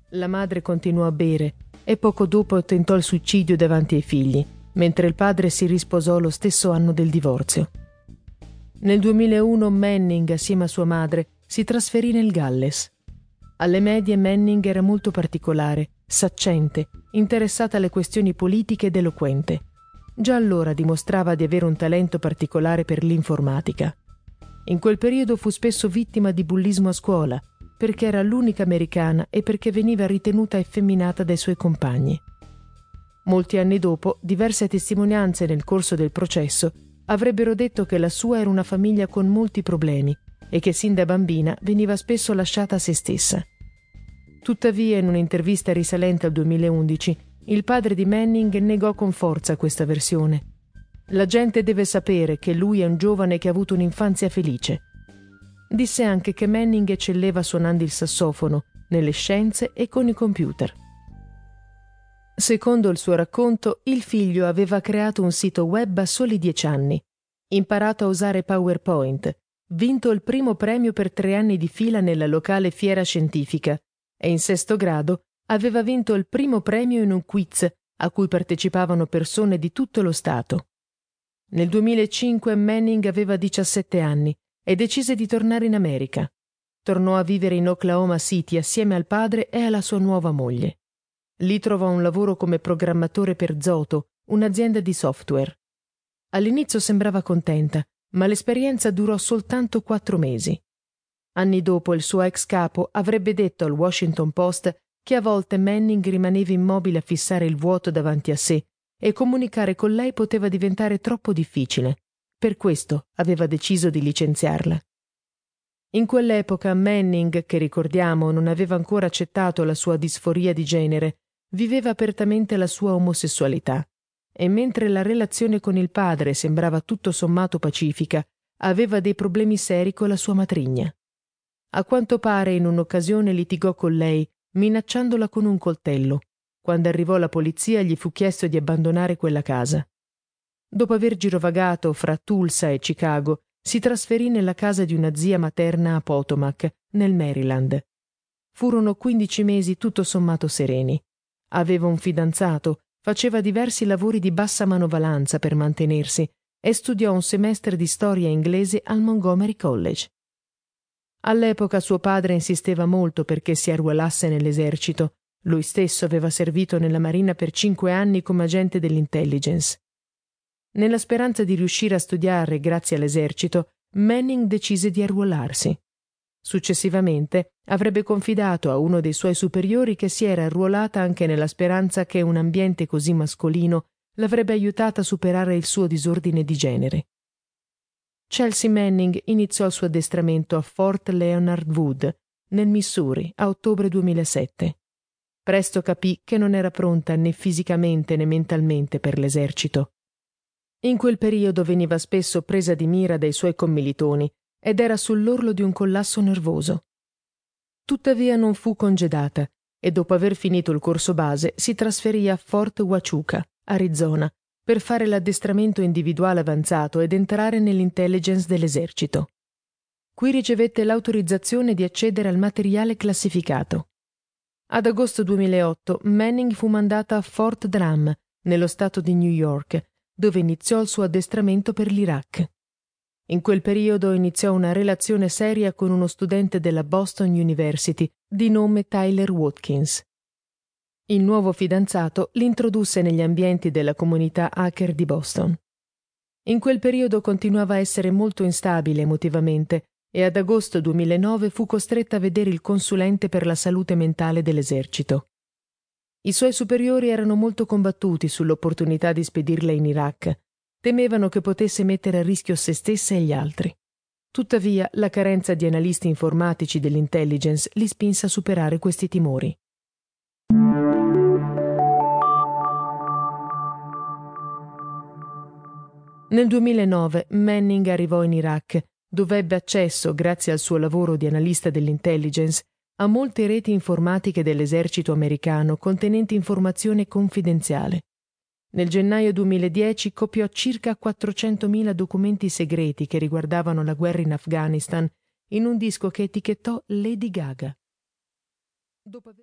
La madre continuò a bere e poco dopo tentò il suicidio davanti ai figli, mentre il padre si risposò lo stesso anno del divorzio. Nel 2001 Manning, assieme a sua madre, si trasferì nel Galles. Alle medie Manning era molto particolare, saccente, interessata alle questioni politiche ed eloquente. Già allora dimostrava di avere un talento particolare per l'informatica. In quel periodo fu spesso vittima di bullismo a scuola, perché era l'unica americana e perché veniva ritenuta effeminata dai suoi compagni. Molti anni dopo, diverse testimonianze nel corso del processo avrebbero detto che la sua era una famiglia con molti problemi e che sin da bambina veniva spesso lasciata a se stessa. Tuttavia, in un'intervista risalente al 2011, il padre di Manning negò con forza questa versione. La gente deve sapere che lui è un giovane che ha avuto un'infanzia felice. Disse anche che Manning eccelleva suonando il sassofono, nelle scienze e con i computer. Secondo il suo racconto, il figlio aveva creato un sito web a soli 10 anni, imparato a usare PowerPoint, vinto il primo premio per 3 anni di fila nella locale fiera scientifica e in 6º grado aveva vinto il primo premio in un quiz a cui partecipavano persone di tutto lo Stato. Nel 2005 Manning aveva 17 anni e decise di tornare in America. Tornò a vivere in Oklahoma City assieme al padre e alla sua nuova moglie. Lì trovò un lavoro come programmatore per Zoto, un'azienda di software. All'inizio sembrava contenta, ma l'esperienza durò soltanto 4 mesi. Anni dopo il suo ex capo avrebbe detto al Washington Post che a volte Manning rimaneva immobile a fissare il vuoto davanti a sé e comunicare con lei poteva diventare troppo difficile. Per questo aveva deciso di licenziarla. In quell'epoca Manning, che ricordiamo non aveva ancora accettato la sua disforia di genere, viveva apertamente la sua omosessualità e mentre la relazione con il padre sembrava tutto sommato pacifica, aveva dei problemi seri con la sua matrigna. A quanto pare in un'occasione litigò con lei, minacciandola con un coltello. Quando arrivò la polizia gli fu chiesto di abbandonare quella casa. Dopo aver girovagato fra Tulsa e Chicago, si trasferì nella casa di una zia materna a Potomac, nel Maryland. Furono 15 mesi tutto sommato sereni. Aveva un fidanzato, faceva diversi lavori di bassa manovalanza per mantenersi e studiò un semestre di storia inglese al Montgomery College. All'epoca suo padre insisteva molto perché si arruolasse nell'esercito. Lui stesso aveva servito nella Marina per 5 anni come agente dell'intelligence. Nella speranza di riuscire a studiare grazie all'esercito, Manning decise di arruolarsi. Successivamente avrebbe confidato a uno dei suoi superiori che si era arruolata anche nella speranza che un ambiente così mascolino l'avrebbe aiutata a superare il suo disordine di genere. Chelsea Manning iniziò il suo addestramento a Fort Leonard Wood, nel Missouri, a ottobre 2007. Presto capì che non era pronta né fisicamente né mentalmente per l'esercito. In quel periodo veniva spesso presa di mira dai suoi commilitoni ed era sull'orlo di un collasso nervoso. Tuttavia non fu congedata e dopo aver finito il corso base si trasferì a Fort Huachuca, Arizona, per fare l'addestramento individuale avanzato ed entrare nell'intelligence dell'esercito. Qui ricevette l'autorizzazione di accedere al materiale classificato. Ad agosto 2008 Manning fu mandata a Fort Drum, nello stato di New York, dove iniziò il suo addestramento per l'Iraq. In quel periodo iniziò una relazione seria con uno studente della Boston University di nome Tyler Watkins. Il nuovo fidanzato l'introdusse negli ambienti della comunità hacker di Boston. In quel periodo continuava a essere molto instabile emotivamente e ad agosto 2009 fu costretta a vedere il consulente per la salute mentale dell'esercito. I suoi superiori erano molto combattuti sull'opportunità di spedirla in Iraq. Temevano che potesse mettere a rischio se stessa e gli altri. Tuttavia, la carenza di analisti informatici dell'intelligence li spinse a superare questi timori. Nel 2009 Manning arrivò in Iraq, dove ebbe accesso, grazie al suo lavoro di analista dell'intelligence, a molte reti informatiche dell'esercito americano contenenti informazione confidenziale. Nel gennaio 2010 copiò circa 400.000 documenti segreti che riguardavano la guerra in Afghanistan in un disco che etichettò Lady Gaga. Dopo aver